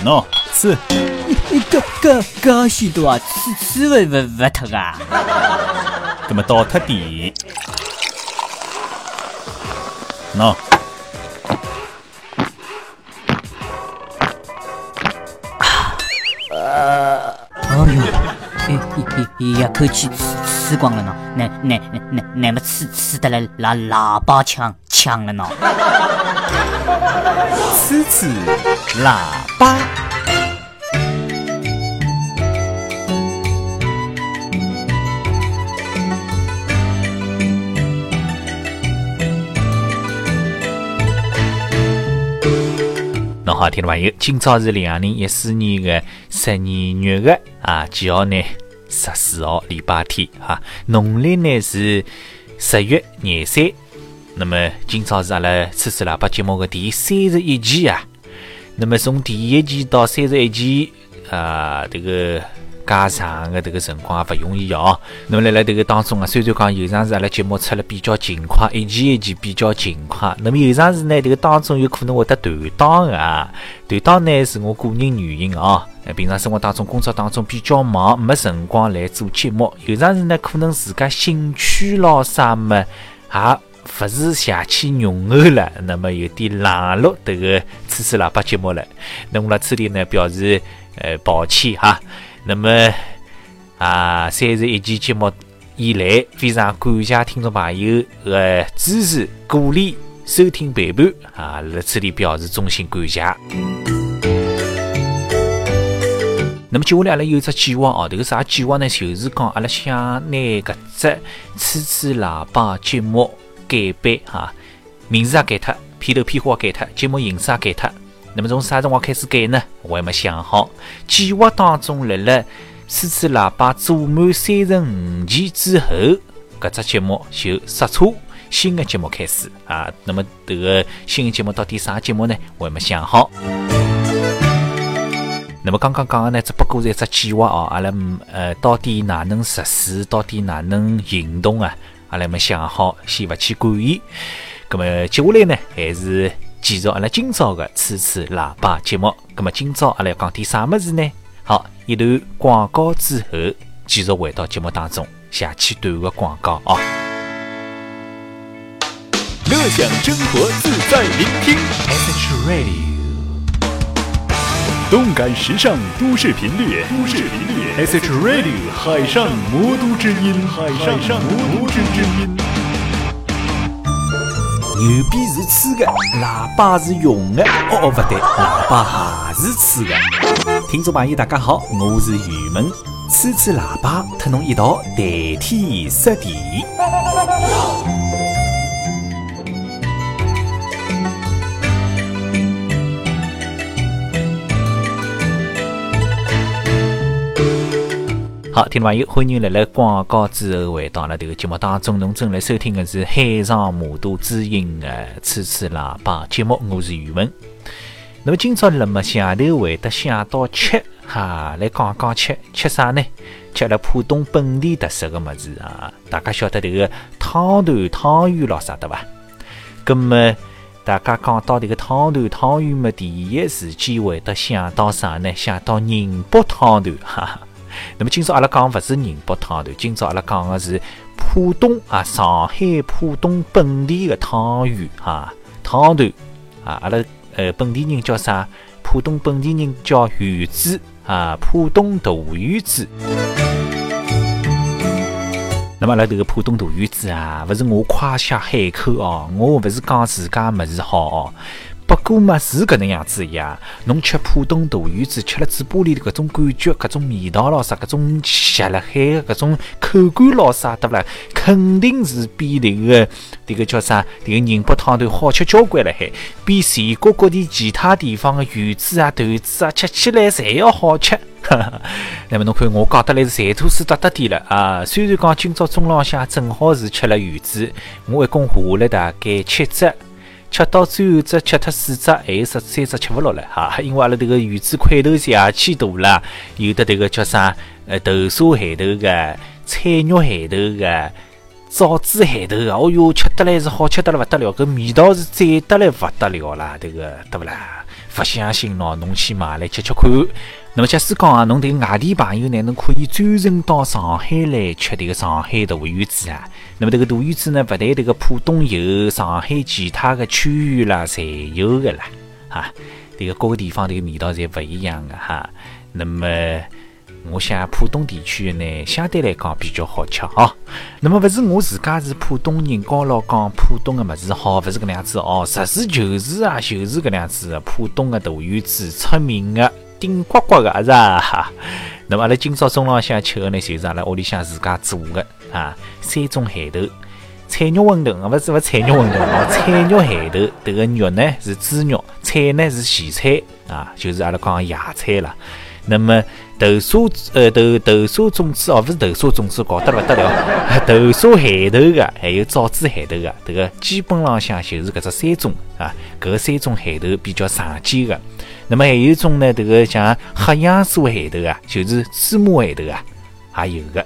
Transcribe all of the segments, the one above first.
喏，吃。 搿许多啊，吃勿脱啊。 搿么倒脱点。喏。 一口气吃光了喏，那么吃得来喇叭腔了喏。 吃喇叭。那好，听众朋友，今朝是2014年的12月的几号呢？14号，礼拜天啊。农历呢是10月23。那么今朝是阿拉吹吹喇叭节目的第31期啊。那么从第1期到31期这个加长的这个辰光也勿容易哦。那么辣这个当中啊，虽然讲有场是阿拉节目出了比较勤快，一期比较勤快。那么有场是呢，这个当中有可能会得断档啊。断档呢是我个人原因啊。平常生活当中、工作当中比较忙，没辰光来做节目。有场是呢，可能自家兴趣咯啥么也勿是邪气浓厚了，那么有点冷落这个吹吹喇叭节目了。那我辣此地呢表示抱歉哈。那么31期节目以来，非常感谢听众朋友的支持、鼓励、收听陪伴辣此地表示衷心感谢。那么接下来阿拉有一只计划这个啥计划呢？就是讲阿拉想拿搿只吹吹喇叭节目改版名字也改脱，片头片花改脱，节目形式也改脱。那么从啥辰光开始改呢？我还没想好。计划当中辣吹吹喇叭做满35期之后，搿只节目就刹车，新的节目开始那么这个新的节目到底啥节目呢？我还没想好。那么刚刚讲的呢，只不过是一只计划阿拉到底哪能实施，到底哪能行动阿拉没想好，先勿去管伊。那么接下来呢，还是继续阿拉今朝的吹吹喇叭节目。那么今朝阿拉要讲点啥么子呢？好，一段广告之后，继续回到节目当中，下期段的广告乐享生活，自在聆听 SH Radio。 动感时尚都市频率 SH Radio 海上魔都之音， 牛逼是吹的，喇叭是用的。不对，喇叭也是吹的。听众朋友大家好，我是宇文，吹吹喇叭，和侬一道谈天说地。好，听众朋友，欢迎来广告之后回到了这个节目当中。侬正在收听的是海上魔都之音的吹吹喇叭节目，我是宇文。那么今朝那么下头会得想到吃来讲吃啥呢？吃了浦东本地特色的物事大家晓得这个汤团、汤圆咯啥的吧？那么大家讲到这个汤团、汤圆嘛，第一时间会得想到啥呢？想到宁波汤团那么今朝阿拉讲勿是宁波汤团，今朝阿拉讲的是浦东上海浦东本地的汤圆汤团阿拉本地人叫啥？浦东本地人叫圆子浦东大圆子。那么阿拉这个浦东大圆子勿是我夸下海口我勿是讲自家物事好不过嘛是搿能样子呀。侬吃浦东大圆子，吃了嘴巴里的搿种感觉、搿种味道咯啥，搿种吃辣海的搿种口感咯啥，对勿啦？肯定是比这个叫啥？这个宁波汤团好吃交关了海，比全国各地其他地方的圆子团子吃起来侪要好吃。那么侬看我讲得来是馋吐水搭搭点了虽然讲今朝中浪向正好是吃了圆子，我一共下了大概7只。吃到最后只吃脱4只，还有13只吃勿落了因为阿拉这个圆子块头邪气大啦，有的这个叫啥豆沙海头个、菜肉海头个、 枣子海头啊，哦哟，吃得来是好吃得来勿得了，搿味道是赞得来勿得了啦，对勿啦？勿相信喏，侬去买来吃吃看。那么假使讲啊，侬迭个外地朋友呢，侬可以专程到上海来吃迭个上海大圆子啊。那么迭个大圆子呢，勿但迭个浦东有，上海其他个区域啦，侪有个啦，哈。迭个各个地方迭个味道侪勿一样个哈。那么我想浦东地区呢，相对来讲比较好吃哦。那么勿是我自家是浦东人，高老讲浦东个物事好，勿是搿能样子哦。实事求是啊，就是搿能样子。浦东个大圆子出名个。顶呱呱个是吧？那么阿拉今朝中浪向吃个呢，就是阿拉屋里向自家做个啊，山中海头菜肉馄饨啊，勿是菜肉馄饨哦，菜肉海头。迭个肉呢是猪肉，菜呢是咸菜啊，就是阿拉讲野菜啦。那么豆沙豆沙粽子哦，勿是豆沙粽子，搞得勿得了，豆沙海头个，还有枣子海头个，迭个基本浪向就是搿只三种啊，搿个三种海头比较常见个。那么还有一种呢，迭个像黑杨酥海头啊，就是芝麻海头啊，也有个。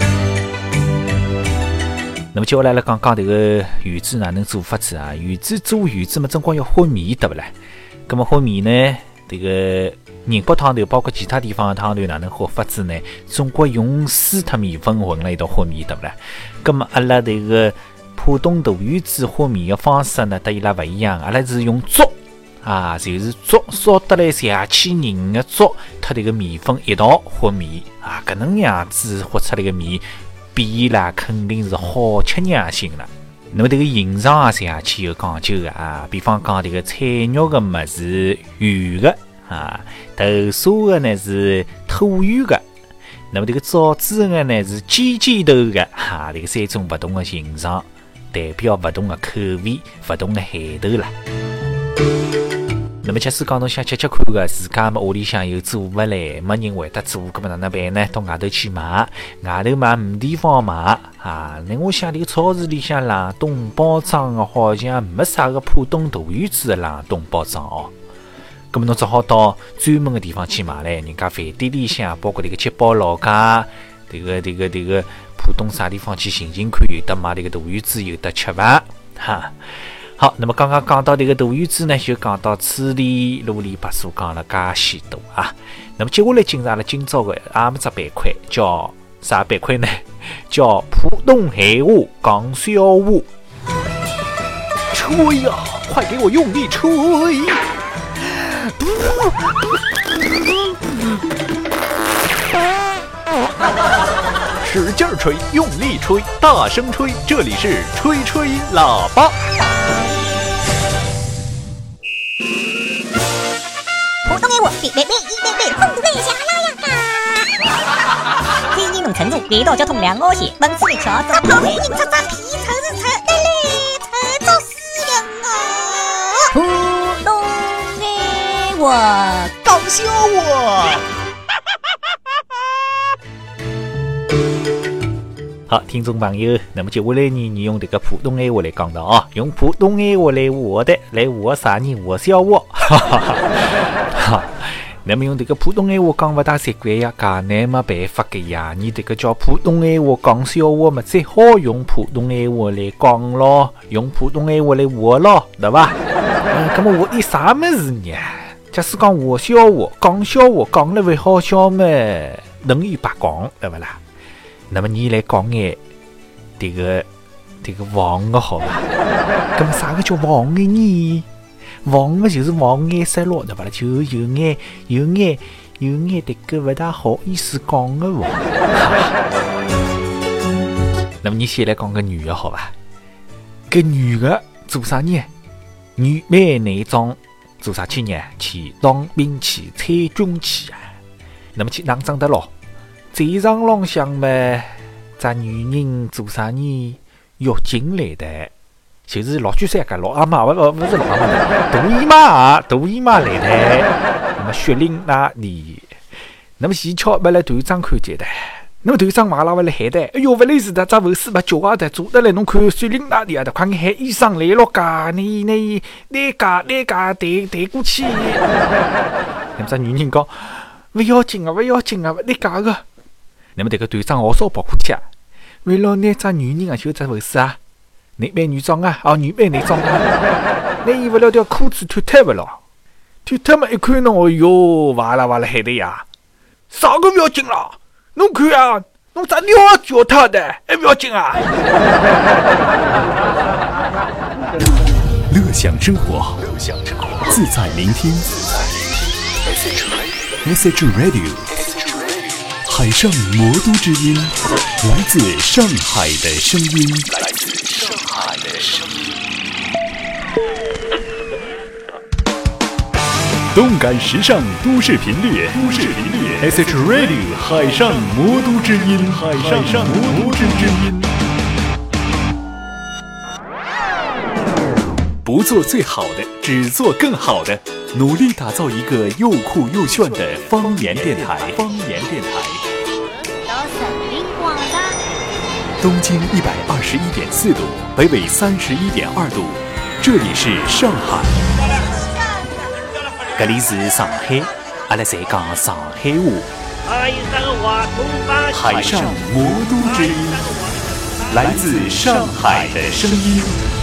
那么接下来讲讲迭个圆子哪能做法子啊？圆子做圆子嘛，总归要和面，对勿啦？咁么和面呢，迭个宁波汤头包括其他地方的汤头哪能和法子呢？总归用水和面粉混了一道和面，对勿啦？咁么阿拉迭个浦东大圆子和面的方式呢，和伊拉勿一样，阿拉是用粥。啊，就是粥烧得来香气凝的粥，和这个面粉一道和面啊，搿能样子和出来个面，比伊拉肯定是好吃良心了。那么这个形状啊，香气有讲究的啊，比方讲这个菜肉的么是圆的啊，豆沙的呢是椭圆的，那么这个枣子的呢是尖尖头的哈，这个三种不同的形状，代表不同的口味、不同的海头啦。那么假使讲侬想吃吃看个，自家么屋里向又做勿来，没人会得做，搿么哪能办呢？到外头去买，外头买没地方买啊！那我想这个超市里向冷冻包装的，好像没啥个浦东大圆子的冷冻包装哦。搿么侬只好到专门的地方去买嘞，人家饭店里向，包括这个七宝老街，这个浦东啥地方去寻寻看，有得买这个大圆子，有得吃饭哈。好，那么刚刚讲到这个大圆子呢，就讲到此地啰里吧嗦讲了介许多啊。那么接下来进入阿拉今朝的阿么只板块，叫啥板块呢？叫浦东闲话讲笑话。吹呀，快给我用力吹！使劲吹，用力吹，大声吹，这里是吹吹喇叭。 浦东闲话，别风度内下啦呀嘎！天津农村路，地道交通两号线，本次列车走跑人出张皮，车是车得嘞，车做死人啊！ 浦东闲话讲笑话。 好，听众朋友，那么接下来呢，你用这个浦东闲话来讲的啊，用浦东闲话来话的，来话啥呢？话笑话。那么用这个浦东闲话讲勿大习惯呀，搿难没办法个呀。你这个叫浦东闲话讲笑话嘛，最好用浦东闲话来讲咯，用浦东闲话来话咯，对伐？那么话点啥么事呢？假使讲话笑话，讲笑话，讲了会好笑嘛，等于白讲，对伐啦？那么你来讲眼这个黄的好吧？那么啥个叫黄的呢？黄的就是黄颜色咯，对吧啦？就有眼这个不大好意思讲的黄。那么你先来讲个女的好吧？个女的做啥呢？女扮男装做啥去呢？去当兵去，参军去啊！那么去哪装的咯？战场浪向嘛，咱女人做啥呢？浴巾来的，就是老居山个老阿妈，不是老阿妈，大姨妈来的。那么雪领那里，那么前巧没来团长看见的。那么团长马上不来喊的，哎呦，不来事的，咱后事把脚啊的做得来，侬看雪领那里啊的，快点喊医生来了噶，你家带过去。那么咱女人讲，不要紧啊，你家个。那么这个团长好少跑过去啊， 为了拿只女人啊，就只回事啊，你扮女装啊，哦，女扮男装啊，你不了条裤子脱脱不了，脱脱嘛一看侬，哦哟，哇啦哇啦喊的呀，啥个不要紧了？侬看啊，侬只鸟脚脱的，还不要紧啊？ 乐享生活，自在聆听。SH Radio， 海上魔都之音，来自上海的声音。动感时尚都市频率，SH Radio 海上魔都之音，海上魔都之音。不做最好的，只做更好的，努力打造一个又酷又炫的方言电台。东经121.4度，北纬31.2度，这里是上海。这里是上海，阿拉侪讲上海话。海上魔都之音，来自上海的声音。